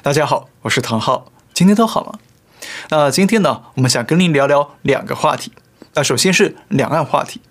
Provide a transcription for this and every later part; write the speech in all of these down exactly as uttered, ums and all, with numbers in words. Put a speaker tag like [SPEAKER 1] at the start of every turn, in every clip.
[SPEAKER 1] 大家好，我是唐浩，今天都好吗？那今天呢，我们想跟您聊聊两个话题。那首先是两岸话题。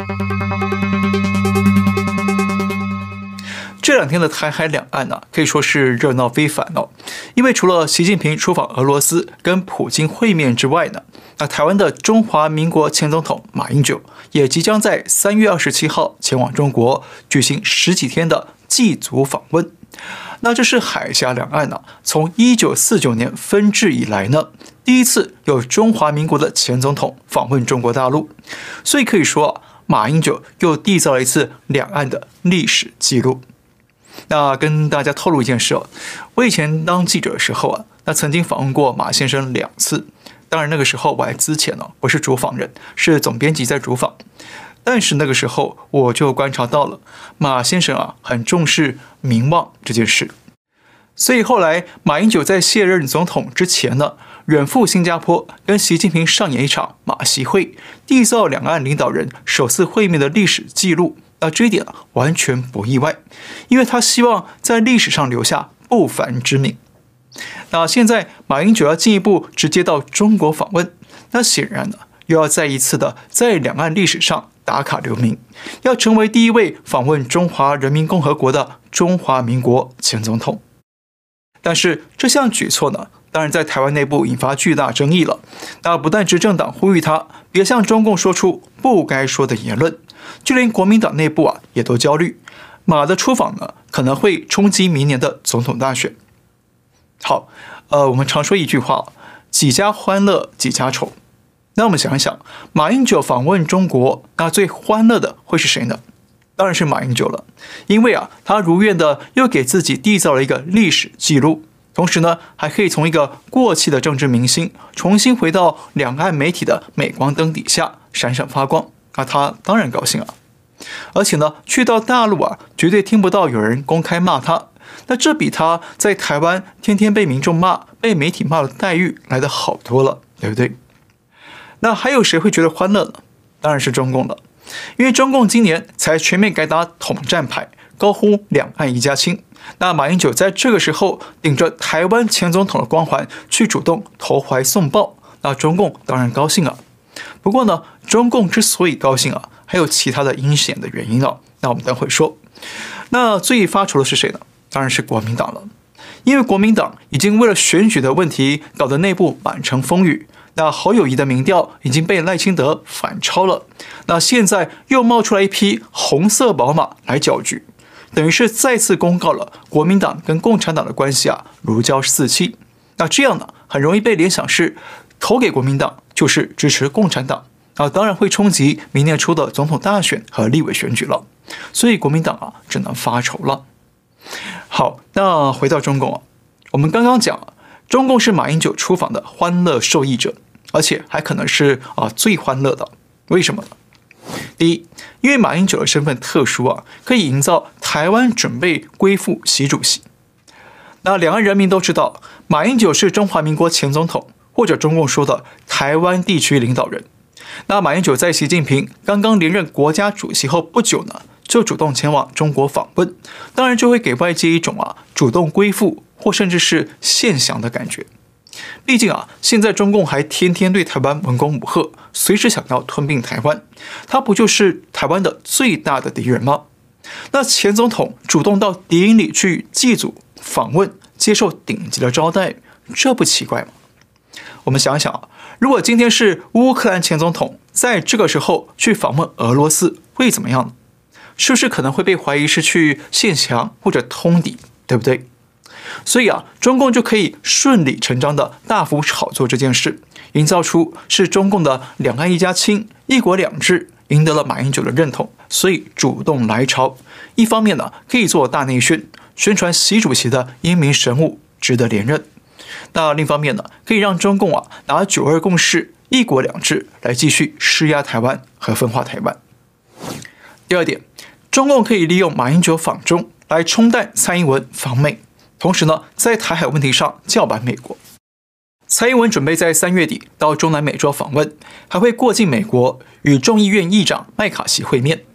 [SPEAKER 1] 这两天的台海两岸呢、啊，可以说是热闹非凡哦。因为除了习近平出访俄罗斯跟普京会面之外呢，那台湾的中华民国前总统马英九也即将在三月二十七号前往中国举行十几天的祭祖访问。那这是海峡两岸呢、啊，从一九四九年分治以来呢，第一次有中华民国的前总统访问中国大陆，所以可以说、啊、马英九又缔造了一次两岸的历史记录。那跟大家透露一件事哦，我以前当记者的时候啊，那曾经访问过马先生两次。当然那个时候我还资浅哦，不是主访人，是总编辑在主访。但是那个时候我就观察到了马先生啊，很重视名望这件事。所以后来马英九在卸任总统之前呢，远赴新加坡跟习近平上演一场马习会，缔造两岸领导人首次会面的历史记录。那这一点啊，完全不意外，因为他希望在历史上留下不凡之名。那现在马英九要进一步直接到中国访问，那显然呢，又要再一次的在两岸历史上打卡留名，要成为第一位访问中华人民共和国的中华民国前总统。但是这项举措呢，当然在台湾内部引发巨大争议了。那不但执政党呼吁他别向中共说出不该说的言论，就连国民党内部啊也都焦虑，马的出访呢可能会冲击明年的总统大选。好，呃，我们常说一句话，几家欢乐几家愁。那我们想一想，马英九访问中国，那最欢乐的会是谁呢？当然是马英九了，因为啊，他如愿的又给自己缔造了一个历史记录。同时呢，还可以从一个过气的政治明星，重新回到两岸媒体的镁光灯底下闪闪发光，那他当然高兴啊。而且呢，去到大陆啊，绝对听不到有人公开骂他，那这比他在台湾天天被民众骂、被媒体骂的待遇来得好多了，对不对？那还有谁会觉得欢乐呢？当然是中共了，因为中共今年才全面改打统战牌，高呼两岸一家亲。那马英九在这个时候顶着台湾前总统的光环去主动投怀送抱，那中共当然高兴啊。不过呢，中共之所以高兴啊，还有其他的阴险的原因哦。那我们等会说。那最发愁的是谁呢？当然是国民党了，因为国民党已经为了选举的问题搞得内部满城风雨。那侯友宜的民调已经被赖清德反超了，那现在又冒出来一匹红色宝马来搅局，等于是再次公告了国民党跟共产党的关系啊如胶似漆。那这样呢，很容易被联想是投给国民党就是支持共产党啊，当然会冲击明年初的总统大选和立委选举了。所以国民党啊只能发愁了。好，那回到中共啊，我们刚刚讲了，中共是马英九出访的欢乐受益者，而且还可能是啊最欢乐的。为什么呢？第一，因为马英九的身份特殊啊，可以营造台湾准备归附习主席。那两岸人民都知道，马英九是中华民国前总统，或者中共说的台湾地区领导人。那马英九在习近平刚刚连任国家主席后不久呢，就主动前往中国访问，当然就会给外界一种啊主动归附或甚至是献降的感觉。毕竟啊，现在中共还天天对台湾文攻武吓，随时想要吞并台湾，他不就是台湾的最大的敌人吗？那前总统主动到敌营里去祭祖访问，接受顶级的招待，这不奇怪吗？我们想想啊，如果今天是乌克兰前总统在这个时候去访问俄罗斯，会怎么样呢？是不是可能会被怀疑是去献降或者通敌，对不对？所以啊，中共就可以顺理成章的大幅炒作这件事，营造出是中共的两岸一家亲、一国两制赢得了马英九的认同，所以主动来朝。一方面呢，可以做大内宣，宣传习主席的英明神武，值得连任；那另一方面呢，可以让中共啊拿九二共识、一国两制来继续施压台湾和分化台湾。第二点，中共可以利用马英九访中来冲淡蔡英文访美。同时呢，在台海问题上叫板美国。蔡英文准备在三月底到中南美洲访问，还会过境美国与众议院议长麦卡锡会面。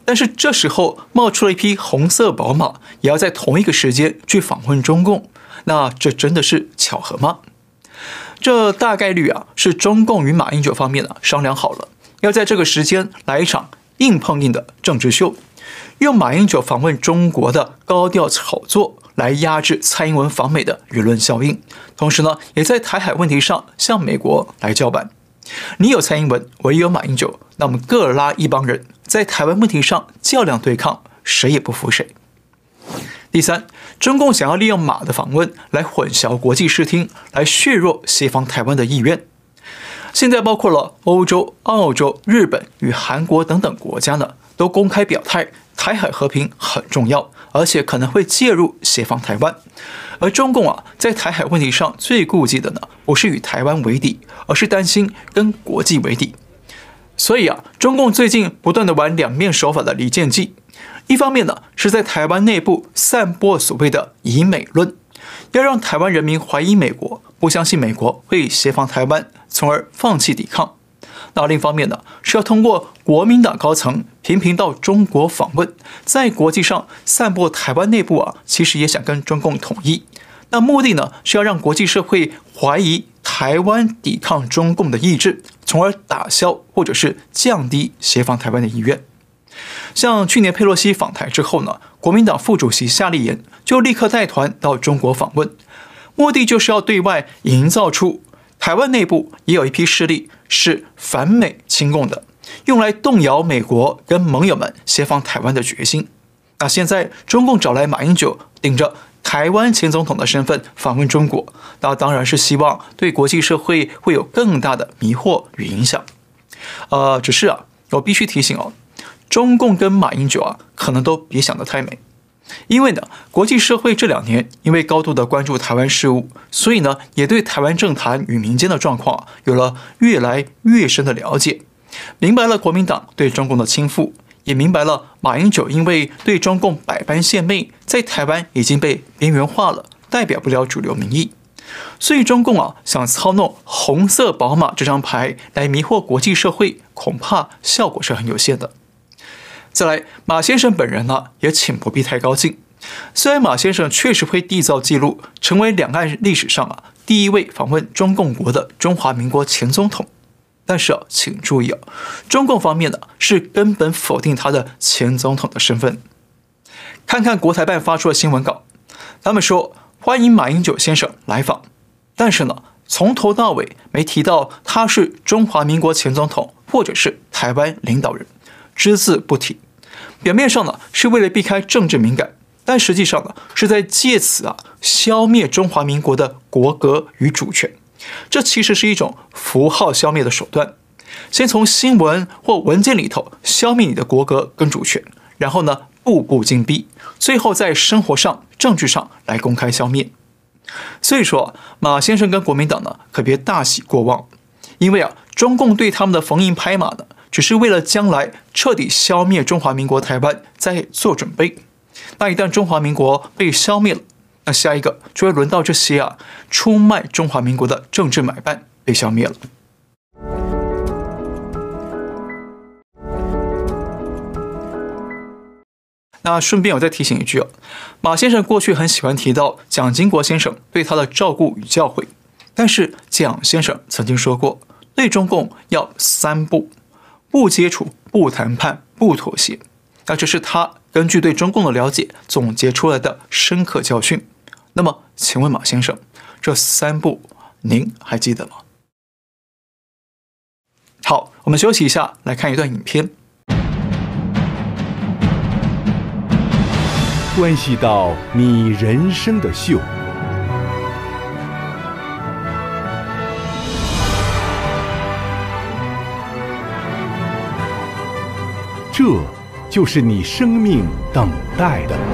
[SPEAKER 1] 但是这时候冒出了一匹红色宝马，也要在同一个时间去访问中共，那这真的是巧合吗？这大概率啊是中共与马英九方面啊商量好了，要在这个时间来一场硬碰硬的政治秀，用马英九访问中国的高调炒作来压制蔡英文访美的舆论效应，同时呢，也在台海问题上向美国来叫板。你有蔡英文，我也有马英九，那我们各拉一帮人，在台湾问题上较量对抗，谁也不服谁。第三，中共想要利用马的访问来混淆国际视听，来削弱协防台湾的意愿。现在包括了欧洲、澳洲、日本与韩国等等国家呢，都公开表态，台海和平很重要，而且可能会介入协防台湾。而中共啊，在台海问题上最顾忌的呢，不是与台湾为敌，而是担心跟国际为敌。所以啊，中共最近不断的玩两面手法的离间计，一方面呢，是在台湾内部散播所谓的以美论，要让台湾人民怀疑美国，不相信美国会协防台湾，从而放弃抵抗。那另一方面呢，是要通过国民党高层频频到中国访问，在国际上散播台湾内部啊，其实也想跟中共统一。那目的呢，是要让国际社会怀疑台湾抵抗中共的意志，从而打消或者是降低协防台湾的意愿。像去年佩洛西访台之后呢，国民党副主席夏立言就立刻带团到中国访问，目的就是要对外营造出台湾内部也有一批势力是反美亲共的，用来动摇美国跟盟友们协防台湾的决心。那现在中共找来马英九，顶着台湾前总统的身份访问中国，那当然是希望对国际社会会有更大的迷惑与影响。呃，只是啊，我必须提醒哦，中共跟马英九啊，可能都别想得太美。因为呢，国际社会这两年因为高度的关注台湾事务，所以呢，也对台湾政坛与民间的状况有了越来越深的了解，明白了国民党对中共的倾覆，也明白了马英九因为对中共百般献媚，在台湾已经被边缘化了，代表不了主流民意。所以中共啊，想操弄红色宝马这张牌来迷惑国际社会，恐怕效果是很有限的。再来，马先生本人呢，也请不必太高兴。虽然马先生确实会缔造纪录，成为两岸历史上啊第一位访问中共国的中华民国前总统，但是啊，请注意啊，中共方面呢是根本否定他的前总统的身份。看看国台办发出的新闻稿，他们说欢迎马英九先生来访，但是呢，从头到尾没提到他是中华民国前总统或者是台湾领导人，只字不提。表面上呢是为了避开政治敏感，但实际上呢是在借此啊消灭中华民国的国格与主权。这其实是一种符号消灭的手段，先从新闻或文件里头消灭你的国格跟主权，然后呢步步紧逼，最后在生活上、政治上来公开消灭。所以说，马先生跟国民党呢可别大喜过望，因为啊中共对他们的逢迎拍马呢，只是为了将来彻底消灭中华民国台湾在做准备。那一旦中华民国被消灭了，那下一个就会轮到这些啊出卖中华民国的政治买办被消灭了。那顺便我再提醒一句哦，马先生过去很喜欢提到蒋经国先生对他的照顾与教诲，但是蒋先生曾经说过，对中共要三不：不接触、不谈判、不妥协。那这是他根据对中共的了解总结出来的深刻教训。那么，请问马先生，这三不您还记得吗？好，我们休息一下，来看一段影片。
[SPEAKER 2] 关系到你人生的秀，这就是你生命等待的。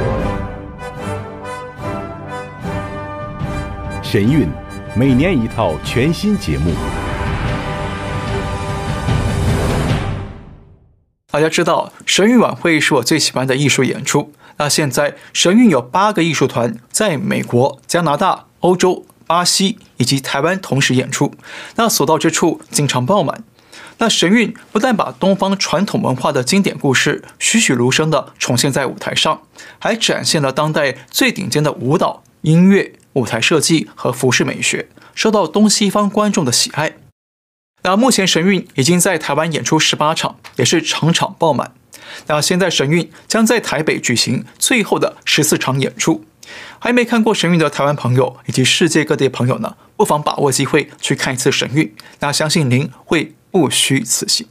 [SPEAKER 2] 神韵，每年一套全新节目。
[SPEAKER 1] 大家知道，神韵晚会是我最喜欢的艺术演出。那现在神韵有八个艺术团在美国、加拿大、欧洲、巴西以及台湾同时演出，那所到之处经常爆满。 那神韵不但把东方传统文化的经典故事栩栩如生地重现在舞台上，还展现了当代最顶尖的舞蹈、音乐、舞台设计和服饰美学，受到东西方观众的喜爱。那目前神韵已经在台湾演出十八场，也是场场爆满。那现在神韵将在台北举行最后的十四场演出，还没看过神韵的台湾朋友以及世界各地的朋友呢，不妨把握机会去看一次神韵，那相信您会不虚此行。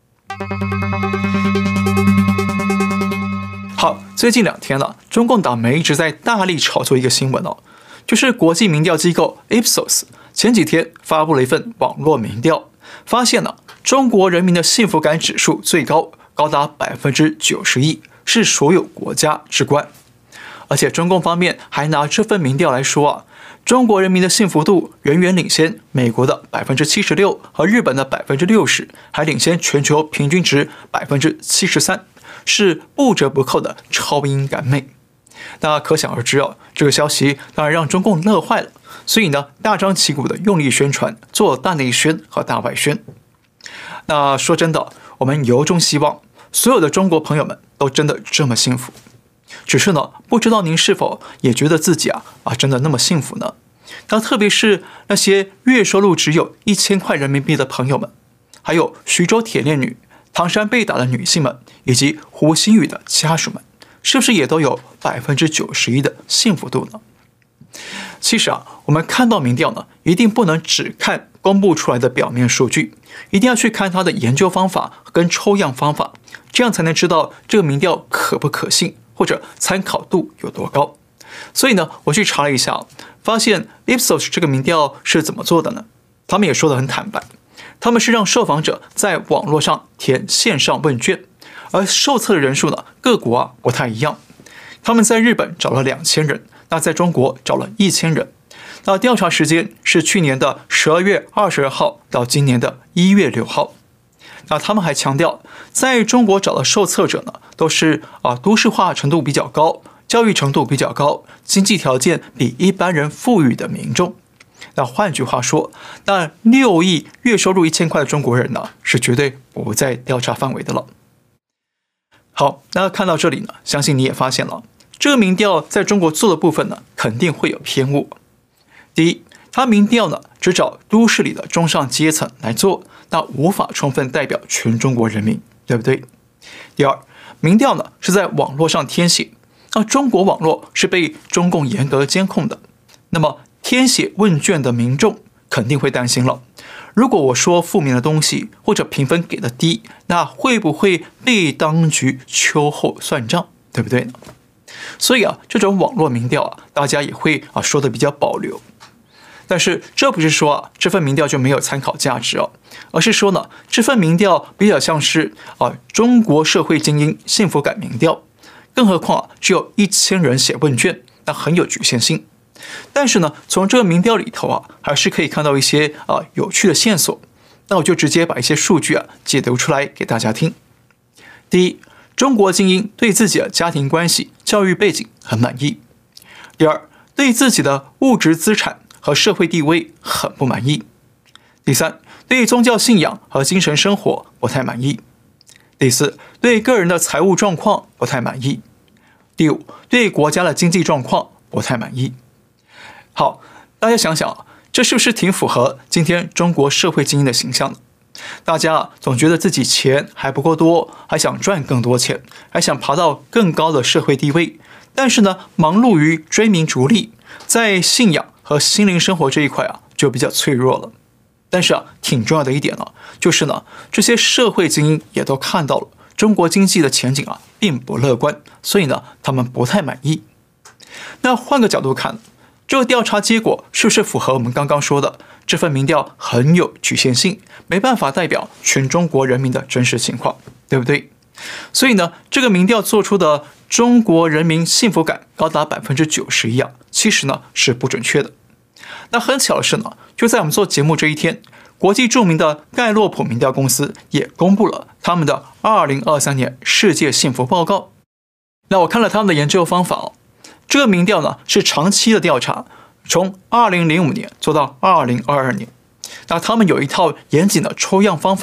[SPEAKER 1] 好，最近两天了，中共党媒一直在大力炒作一个新闻哦，就是国际民调机构 Ipsos 前几天发布了一份网络民调，发现了中国人民的幸福感指数最高，高达百分之九十一，是所有国家之冠。而且中共方面还拿这份民调来说啊，中国人民的幸福度远远领先美国的百分之七十六和日本的百分之六十，还领先全球平均值百分之七十三，是不折不扣的超英赶美。那可想而知啊，这个消息当然让中共乐坏了，所以呢，大张旗鼓的用力宣传，做大内宣和大外宣。那说真的，我们由衷希望所有的中国朋友们都真的这么幸福。只是呢，不知道您是否也觉得自己啊啊真的那么幸福呢？那特别是那些月收入只有一千块人民币的朋友们，还有徐州铁链女、唐山被打的女性们，以及胡鑫宇的家属们，是不是也都有百分之九十一的幸福度呢？其实啊，我们看到民调呢，一定不能只看公布出来的表面数据，一定要去看它的研究方法跟抽样方法，这样才能知道这个民调可不可信，或者参考度有多高。所以呢，我去查了一下，发现 Ipsos 这个民调是怎么做的呢？他们也说得很坦白，他们是让受访者在网络上填线上问卷，而受测的人数呢，各国啊不太一样。他们在日本找了两千人，那在中国找了一千人。那调查时间是去年的十二月二十二号到今年的一月六号。那他们还强调，在中国找的受测者呢，都是啊都市化程度比较高、教育程度比较高、经济条件比一般人富裕的民众。那换句话说，那六亿月收入一千块的中国人呢，是绝对不在调查范围的了。好，那看到这里呢，相信你也发现了，这个民调在中国做的部分呢，肯定会有偏误。第一，他民调呢只找都市里的中上阶层来做，那无法充分代表全中国人民，对不对？第二，民调呢是在网络上填写，那中国网络是被中共严格监控的，那么填写问卷的民众肯定会担心了，如果我说负面的东西或者评分给的低，那会不会被当局秋后算账，对不对呢？所以啊，这种网络民调啊，大家也会啊说的比较保留。但是这不是说啊这份民调就没有参考价值哦，而是说呢，这份民调比较像是啊中国社会精英幸福感民调，更何况啊只有一千人写问卷，那很有局限性。但是呢，从这个民调里头啊，还是可以看到一些啊有趣的线索。那我就直接把一些数据啊解读出来给大家听。第一，中国精英对自己的家庭关系、教育背景很满意。第二，对自己的物质资产和社会地位很不满意。第三，对宗教信仰和精神生活不太满意。第四，对个人的财务状况不太满意。第五，对国家的经济状况不太满意。好，大家想想，这是不是挺符合今天中国社会精英的形象呢？大家啊，总觉得自己钱还不够多，还想赚更多钱，还想爬到更高的社会地位，但是呢，忙碌于追名逐利，在信仰和心灵生活这一块啊，就比较脆弱了。但是啊，挺重要的一点啊，就是呢，这些社会精英也都看到了中国经济的前景啊，并不乐观，所以呢，他们不太满意。那换个角度看，这个调查结果是不是符合我们刚刚说的，这份民调很有局限性，没办法代表全中国人民的真实情况，对不对？所以呢，这个民调做出的中国人民幸福感高达百分之九十一啊，其实呢是不准确的。那很巧的是呢，就在我们做节目这一天，国际著名的盖洛普民调公司也公布了他们的二零二三年世界幸福报告。那我看了他们的研究方法哦，这个民调呢是长期的调查，从二零零五年做到二零二二年。那他们有一套严谨的抽样方法，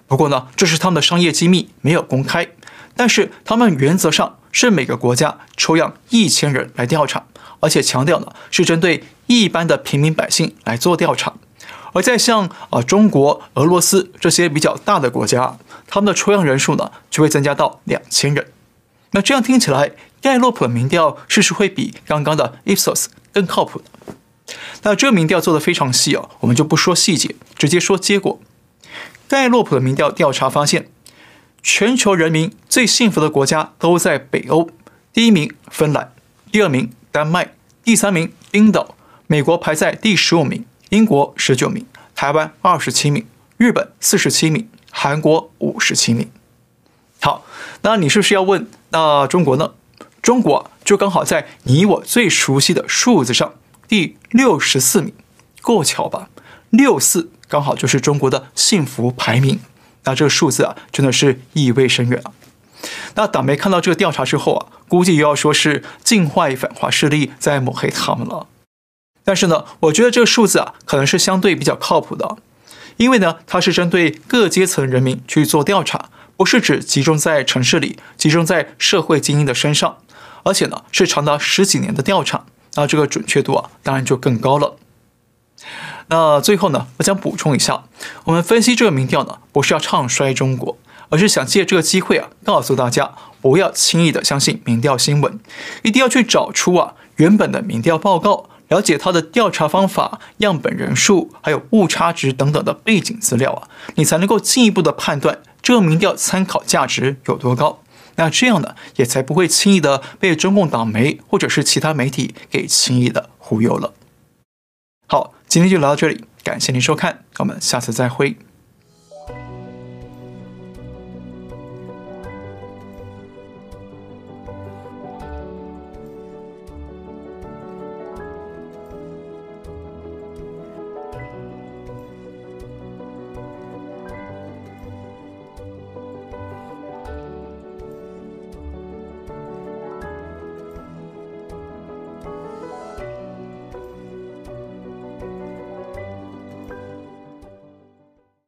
[SPEAKER 1] 不过呢，这是他们的商业机密，没有公开。但是他们原则上是每个国家抽样一千人来调查，而且强调呢是针对一般的平民百姓来做调查。而在像呃中国、俄罗斯这些比较大的国家，他们的抽样人数呢就会增加到两千人。那这样听起来，盖洛普的民调是不是会比刚刚的 Ipsos 更靠谱呢？那这个民调做得非常细哦，我们就不说细节，直接说结果。盖洛普的民调调查发现，全球人民最幸福的国家都在北欧，第一名芬兰，第二名丹麦，第三名冰岛，美国排在第十五名，英国十九名，台湾二十七名，日本四十七名，韩国五十七名。好，那你是不是要问，那中国呢？中国啊，就刚好在你我最熟悉的数字上第六十四名，够巧吧？六四刚好就是中国的幸福排名。那这个数字啊，真的是意味深远啊。那党媒看到这个调查之后啊，估计又要说是境外反华势力在抹黑他们了。但是呢，我觉得这个数字啊，可能是相对比较靠谱的，因为呢，它是针对各阶层人民去做调查，不是只集中在城市里，集中在社会精英的身上，而且呢，是长达十几年的调查，那这个准确度啊，当然就更高了。那最后呢，我想补充一下，我们分析这个民调呢，不是要唱衰中国，而是想借这个机会啊，告诉大家不要轻易的相信民调新闻，一定要去找出啊原本的民调报告，了解它的调查方法、样本人数，还有误差值等等的背景资料啊，你才能够进一步的判断这个民调参考价值有多高。那这样呢，也才不会轻易的被中共党媒或者是其他媒体给轻易的忽悠了。好，今天就聊到这里，感谢您收看，我们下次再会。